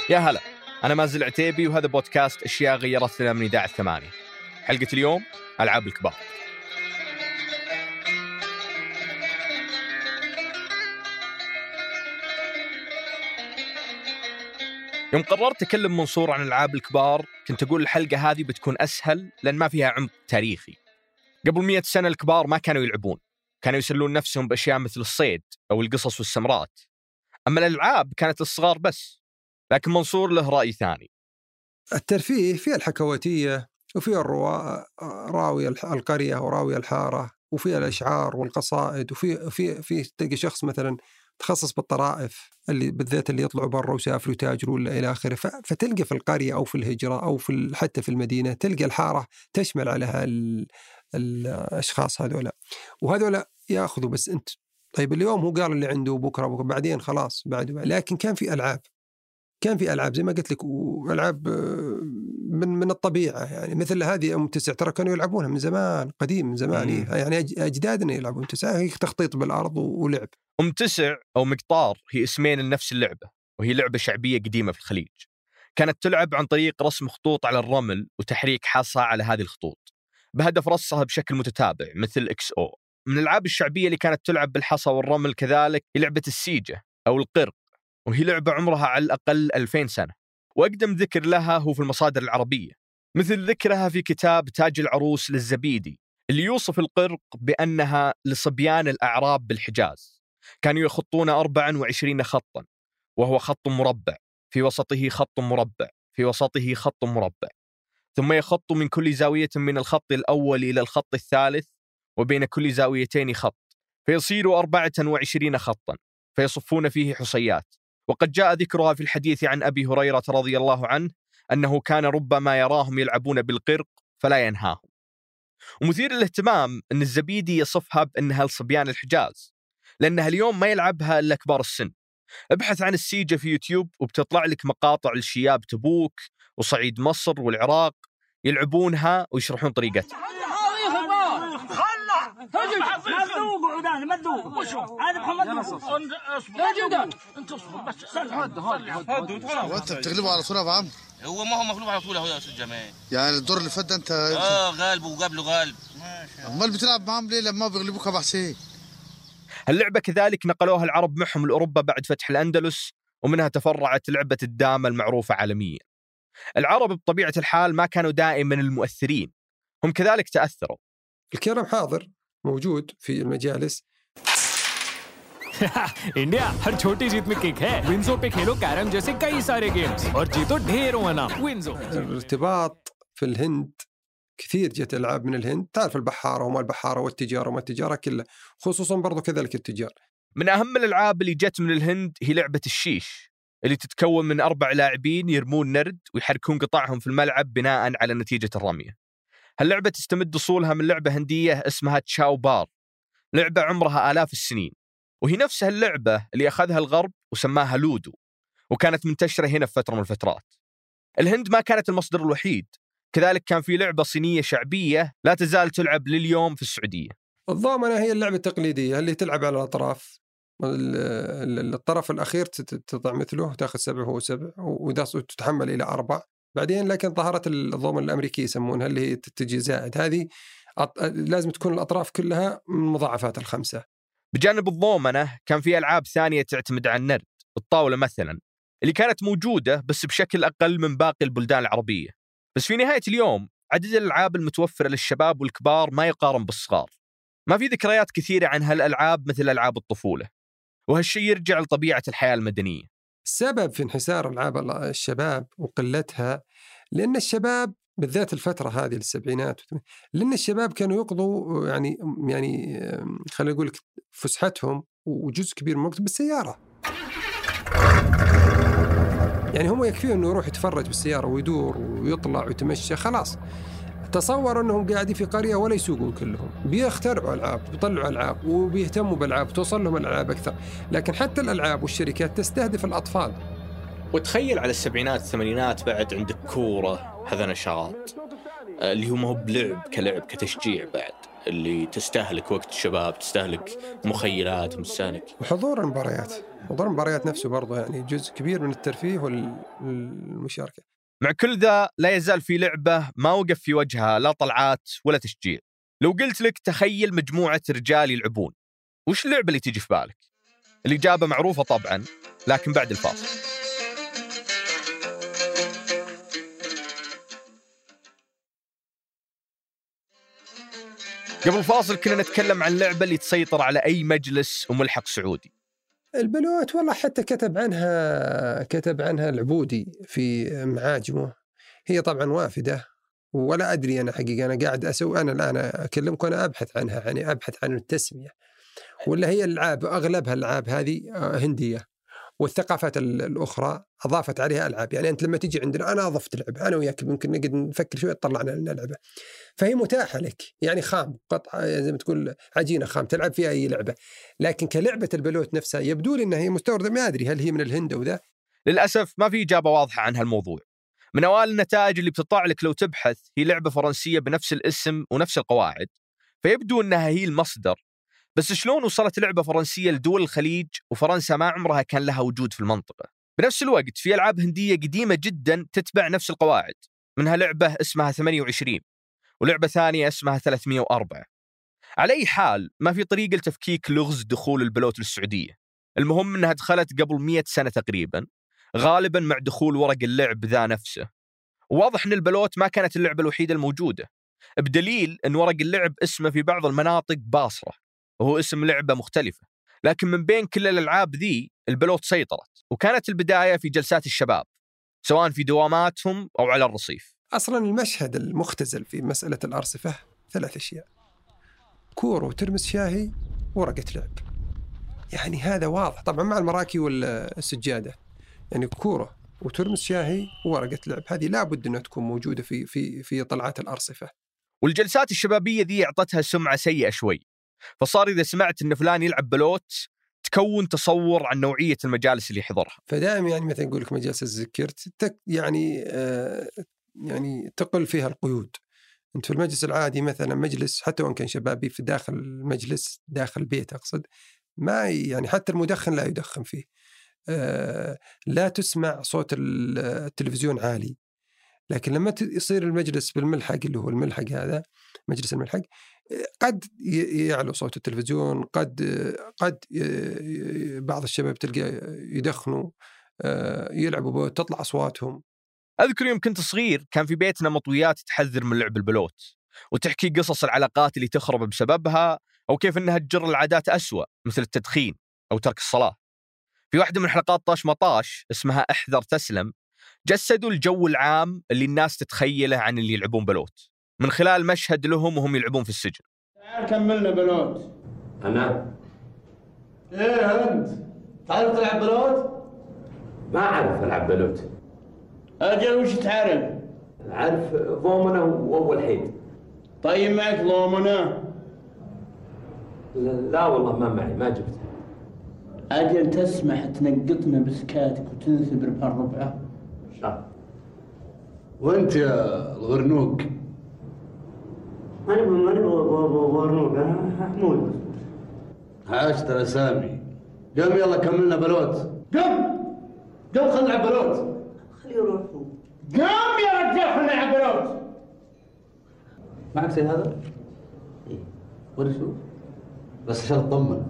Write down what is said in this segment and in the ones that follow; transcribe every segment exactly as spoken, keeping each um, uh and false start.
يا هلا، أنا مازل عتيبي وهذا بودكاست أشياء غيرت لنا من إذاعة ثمانية. حلقة اليوم ألعاب الكبار. يوم قررت أكلم منصور عن ألعاب الكبار كنت أقول الحلقة هذه بتكون أسهل لأن ما فيها عمق تاريخي. قبل مئة سنة الكبار ما كانوا يلعبون، كانوا يسلون نفسهم بأشياء مثل الصيد أو القصص والسمرات. أما الألعاب كانت الصغار بس. لكن منصور له رأي ثاني. الترفيه فيه الحكواتية وفيه الروا... راوي القرية وراوي الحارة، وفيه الأشعار والقصائد، وفيه في في تلقى شخص مثلا تخصص بالطرائف اللي بالذات اللي يطلعوا برا وسافروا وتاجروا ولا إلى آخره. ف... فتلقى في القرية أو في الهجرة أو في ال... حتى في المدينة تلقى الحارة تشمل عليها ال... الأشخاص هذولا، وهذولا يأخذوا. بس أنت طيب اليوم هو قال اللي عنده بكرة بكرة بعدين خلاص بعد. لكن كان في ألعاب كان في ألعاب زي ما قلت لك، وألعاب من من الطبيعة، يعني مثل هذه أم تسع ترى كانوا يلعبونها من زمان قديم من زمان. مم. يعني أجدادنا يلعبون تسع، هي تخطيط بالأرض ولعب. أم تسع أو مقطار هي اسمين لنفس اللعبة، وهي لعبة شعبية قديمة في الخليج. كانت تلعب عن طريق رسم خطوط على الرمل وتحريك حصى على هذه الخطوط بهدف رصها بشكل متتابع مثل إكس أو. من الألعاب الشعبية اللي كانت تلعب بالحصى والرمل كذلك هي لعبة السيجة أو القرق، وهي لعبة عمرها على الأقل ألفين سنة، وأقدم ذكر لها هو في المصادر العربية، مثل ذكرها في كتاب تاج العروس للزبيدي اللي يوصف القرق بأنها لصبيان الأعراب بالحجاز، كانوا يخطون أربعة وعشرين خطا، وهو خط مربع في وسطه خط مربع في وسطه خط مربع، ثم يخط من كل زاوية من الخط الأول إلى الخط الثالث، وبين كل زاويتين خط، فيصير أربعة وعشرين خطا، فيصفون فيه حصيات. وقد جاء ذكرها في الحديث عن أبي هريرة رضي الله عنه أنه كان ربما يراهم يلعبون بالقرق فلا ينهاهم. ومثير للاهتمام أن الزبيدي يصفها بأنها لصبيان الحجاز، لأنها اليوم ما يلعبها إلا كبار السن. ابحث عن السيجة في يوتيوب وبتطلع لك مقاطع للشياب تبوك وصعيد مصر والعراق يلعبونها ويشرحون طريقتها. مذوق عداني مذوق هذا محمد اصبر انت اصبر بس وانت بتغلبه على طول يا ابو عمرو؟ هو ما هو مغلوب على طول اهو يا استاذ جمال. يعني الدور اللي فات ده انت اه غالب وقبله غالب. امال بتلعب معاهم ليه لما بيغلبوك يا ابو حسين؟ اللعبه كذلك نقلوها العرب معهم لاوروبا بعد فتح الاندلس، ومنها تفرعت لعبه الدامه المعروفه عالميا. العرب بطبيعه الحال ما كانوا دائما المؤثرين، هم كذلك تاثروا. الكرم حاضر موجود في المجالس. इंडिया हर छोटी जीत में किक है। विंजो पे खेलो कैरम जैसे कई सारे गेम्स और जीतो ढेरों इनाम। विंजो الارتباط في الهند كثير، جت ألعاب من الهند، تعرف البحارة وما البحارة والتجارة وما التجارة كلها، خصوصا برضو كذلك التجار. من أهم الألعاب اللي جت من الهند هي لعبة الشيش، اللي تتكون من أربع لاعبين يرمون نرد ويحركون قطعهم في الملعب بناء على نتيجة الرمية. هاللعبة تستمد أصولها من لعبة هندية اسمها تشاو بار، لعبة عمرها آلاف السنين، وهي نفسها اللعبة اللي أخذها الغرب وسماها لودو، وكانت منتشرة هنا في فترة من الفترات. الهند ما كانت المصدر الوحيد، كذلك كان في لعبة صينية شعبية لا تزال تلعب لليوم في السعودية. الضامنة هي اللعبة التقليدية اللي تلعب على الأطراف، الطرف الأخير تضع مثله تأخذ سبع هو سبع وتتحمل إلى أربع بعدين. لكن ظهرت الضامنة الأمريكية يسمونها اللي هي تجي زائد، هذه لازم تكون الأطراف كلها من مضاعفات الخمسة. بجانب الضومنة كان في ألعاب ثانية تعتمد على النرد، الطاولة مثلا اللي كانت موجودة بس بشكل أقل من باقي البلدان العربية. بس في نهاية اليوم عدد الألعاب المتوفرة للشباب والكبار ما يقارن بالصغار. ما في ذكريات كثيرة عن هالألعاب مثل ألعاب الطفولة، وهالشيء يرجع لطبيعة الحياة المدنية. السبب في انحسار ألعاب الشباب وقلتها لأن الشباب بالذات الفترة هذه السبعينات، لأن الشباب كانوا يقضوا يعني يعني خلينا نقول فسحتهم وجزء كبير من الوقت بالسيارة. يعني هم يكفيه إنه يروح يتفرج بالسيارة ويدور ويطلع ويتمشى خلاص. تصور أنهم قاعدين في قرية ولا يسوقون كلهم، بيخترعوا ألعاب، بيطلعوا ألعاب وبيهتموا بالألعاب، توصل لهم الألعاب أكثر. لكن حتى الألعاب والشركات تستهدف الأطفال. وتخيل على السبعينات الثمانينات بعد عندك كورة، هذا نشاط اللي هو ما هو بلعب كلعب كتشجيع، بعد اللي تستهلك وقت الشباب، تستهلك مخيلات ومستهلك. وحضور المباريات، حضور المباريات نفسه برضه يعني جزء كبير من الترفيه والمشاركة. مع كل ذا لا يزال في لعبة ما وقف في وجهها لا طلعات ولا تشجيع. لو قلت لك تخيل مجموعة رجال يلعبون، وش اللعبة اللي تيجي في بالك؟ الإجابة معروفة طبعا، لكن بعد الفاصل. قبل الفاصل كنا نتكلم عن اللعبة اللي تسيطر على أي مجلس وملحق سعودي. البلوت والله حتى كتب عنها كتب عنها العبودي في معاجمه. هي طبعا وافدة ولا أدري أنا حقيقة، أنا قاعد أسوي أنا الآن أكلمك وأنا أبحث عنها، يعني أبحث عن التسمية، ولا هي الألعاب أغلبها الألعاب هذه هندية، والثقافات الأخرى أضافت عليها ألعاب. يعني أنت لما تيجي عندنا أنا أضفت لعبة، أنا وياك ممكن نقعد نفكر شوية طلعنا لنا لعبة، فهي متاحة لك، يعني خام قطعة زي ما تقول عجينة خام تلعب فيها أي لعبة. لكن كلعبة البلوت نفسها يبدو لي أنها هي مستوردة، ما أدري هل هي من الهند أو ذا. للأسف ما في إجابة واضحة عن هالموضوع. من أوائل النتائج اللي بتطلع لك لو تبحث هي لعبة فرنسية بنفس الاسم ونفس القواعد، فيبدو أنها هي المصدر. بس شلون وصلت لعبة فرنسية لدول الخليج وفرنسا ما عمرها كان لها وجود في المنطقة؟ بنفس الوقت في ألعاب هندية قديمة جدا تتبع نفس القواعد، منها لعبة اسمها ثمانية وعشرين ولعبة ثانية اسمها ثلاثمية وأربعة. على أي حال ما في طريقة لتفكيك لغز دخول البلوت للسعودية. المهم أنها دخلت قبل مئة سنة تقريبا، غالبا مع دخول ورق اللعب ذا نفسه. وواضح أن البلوت ما كانت اللعبة الوحيدة الموجودة، بدليل أن ورق اللعب اسمه في بعض المناطق باصرة وهو اسم لعبة مختلفة. لكن من بين كل الألعاب ذي البلوت سيطرت، وكانت البداية في جلسات الشباب سواء في دواماتهم أو على الرصيف. أصلا المشهد المختزل في مسألة الأرصفة ثلاث أشياء: كورة وترمس شاهي ورقة لعب. يعني هذا واضح طبعا مع المراكي والسجادة، يعني كورة وترمس شاهي وورقة لعب، هذه لابد أنها تكون موجودة في في في طلعات الأرصفة. والجلسات الشبابية ذي أعطتها سمعة سيئة شوي، فصار إذا سمعت أن فلان يلعب بلوت تكون تصور عن نوعية المجالس اللي يحضرها. فدائما يعني مثلا يقول لك مجالس الذكر يعني آه يعني تقل فيها القيود. أنت في المجلس العادي مثلا مجلس حتى وإن كان شبابي في داخل المجلس داخل بيت أقصد، ما يعني حتى المدخن لا يدخن فيه، آه لا تسمع صوت التلفزيون عالي. لكن لما يصير المجلس بالملحق اللي هو الملحق هذا مجلس الملحق، قد يعلو صوت التلفزيون، قد قد بعض الشباب تلقى يدخنوا يلعبوا بوت تطلع أصواتهم. أذكر يوم كنت صغير كان في بيتنا مطويات تحذر من لعب البلوت وتحكي قصص العلاقات اللي تخرب بسببها، أو كيف أنها تجر العادات أسوأ مثل التدخين أو ترك الصلاة. في واحدة من حلقات طاش مطاش اسمها احذر تسلم جسدوا الجو العام اللي الناس تتخيله عن اللي يلعبون بلوت من خلال مشهد لهم وهم يلعبون في السجن. تعال كملنا بلوت. أنا؟ إيه أنت؟ تعرف تلعب بلوت؟ ما أعرف ألعب بلوت. أجل وش تعرف؟ أعرف ضومنة وأول حيد. طيب معك ضومنة؟ لا والله ما معي، ما جبت. أجل تسمح تنقطنا بسكاتك وتنثبر بهالربعة؟ شاء. وأنت يا الغرنوق؟ أنا ماني غرنوق، أنا حمود. عاشت الأسامي. قم يلا كملنا بلوت. قم قم خلنا نلعب بلوت. خليه يروحوا. قم يا رجال خلنا نلعب بلوت. معك زي هذا؟ إيه. ورشو؟ بس عشان تطمن.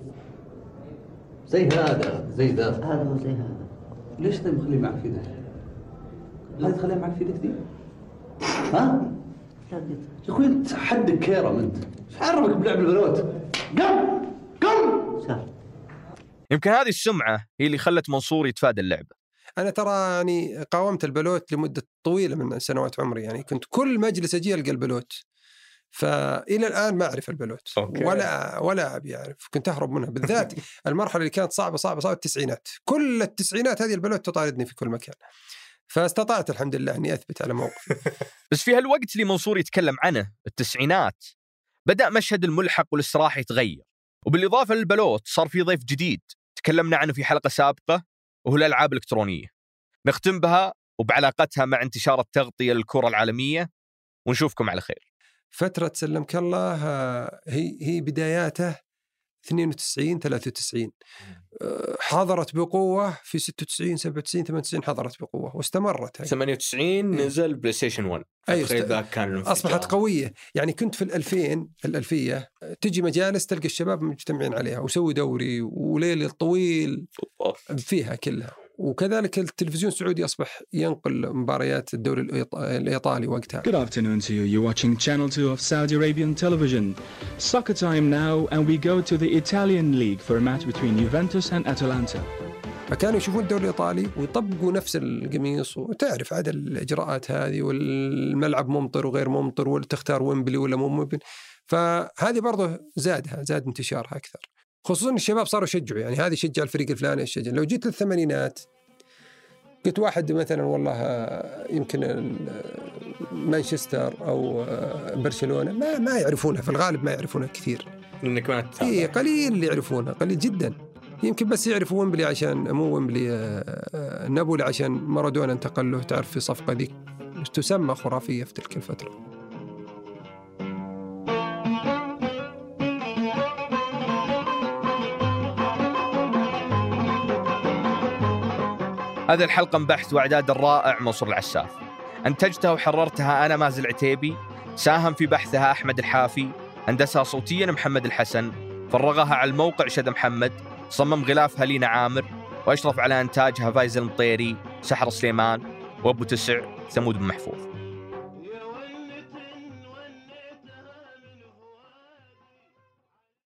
زي هذا زي ذا. هذا هو زي هذا. ليش طيب مخليه معك في ذا؟ هذه تخليها معك في ذا كثير؟ ها؟ لا قلت. يا أخوي أنت حدك كيرم أنت. إيش عرفك بلعب البلوت؟ قم قم. سهل. يمكن هذه السمعة هي اللي خلت منصور يتفادى اللعبة. أنا ترى يعني قاومت البلوت لمدة طويلة من سنوات عمري، يعني كنت كل مجلس أجي ألقى البلوت، فإلى الآن ما أعرف البلوت. أوكي. ولا ولا أبي أعرف، كنت أهرب منها بالذات المرحلة اللي كانت صعبة صعبة صعبة التسعينات، كل التسعينات هذه البلوت تطاردني في كل مكان، فاستطعت الحمد لله أني أثبت على موقفي. بس في هالوقت اللي منصور يتكلم عنه التسعينات بدأ مشهد الملحق والاستراحة يتغير، وبالإضافة للبلوت صار في ضيف جديد تكلمنا عنه في حلقة سابقة وهو الألعاب الإلكترونية. نختم بها وبعلاقتها مع انتشار التغطية للكرة العالمية، ونشوفكم على خير. فترة سلمك الله هي هي بداياته اثنين وتسعين ثلاثة وتسعين، حضرت بقوة في ستة وتسعين سبعة وتسعين ثمانية وتسعين، حضرت بقوة واستمرت. ثمانية وتسعين نزل بلاي ستيشن واحد، أيوة ذاك كان أصبحت قوية. يعني كنت في الألفين الألفية تجي مجالس تلقى الشباب مجتمعين عليها وسوي دوري وليل طويل فيها كلها. وكذلك التلفزيون السعودي أصبح ينقل مباريات الدوري الإيطالي وقتها. Good afternoon to you. You're watching Channel two of Saudi Arabian television. Soccer time now, and we go to the Italian league for a match between Juventus and Atalanta. فكانوا يشوفون الدوري الإيطالي ويطبقوا نفس القميص، وتعرف عاد الإجراءات هذه، والملعب ممطر وغير ممطر، وتختار ويمبلي ولا مو ويمبلي. فهذه برضه زادها زاد انتشارها أكثر، خصوصا الشباب صاروا يشجعوا. يعني هذه يشجع الفريق الفلاني يشجع. لو جيت للثمانينات قلت واحد مثلا والله يمكن مانشستر أو برشلونة ما ما يعرفونها، في الغالب ما يعرفونها كثير، إنك ما تتابع. إيه قليل اللي يعرفونها، قليل جدا. يمكن بس يعرفوا ويمبلي عشان مو ويمبلي نابولي عشان مارادونا انتقل له، تعرف في صفقة ذيك تسمى خرافية في تلك الفترة. هذه الحلقة من بحث وإعداد الرائع منصور العساف، أنتجتها وحررتها أنا مازل عتيبي، ساهم في بحثها أحمد الحافي، هندسها صوتيا محمد الحسن، فرغها على الموقع شد محمد، صمم غلافها لينا عامر، وأشرف على إنتاجها فايز المطيري، سحر سليمان، وأبو تسع ثمود بن محفوظ.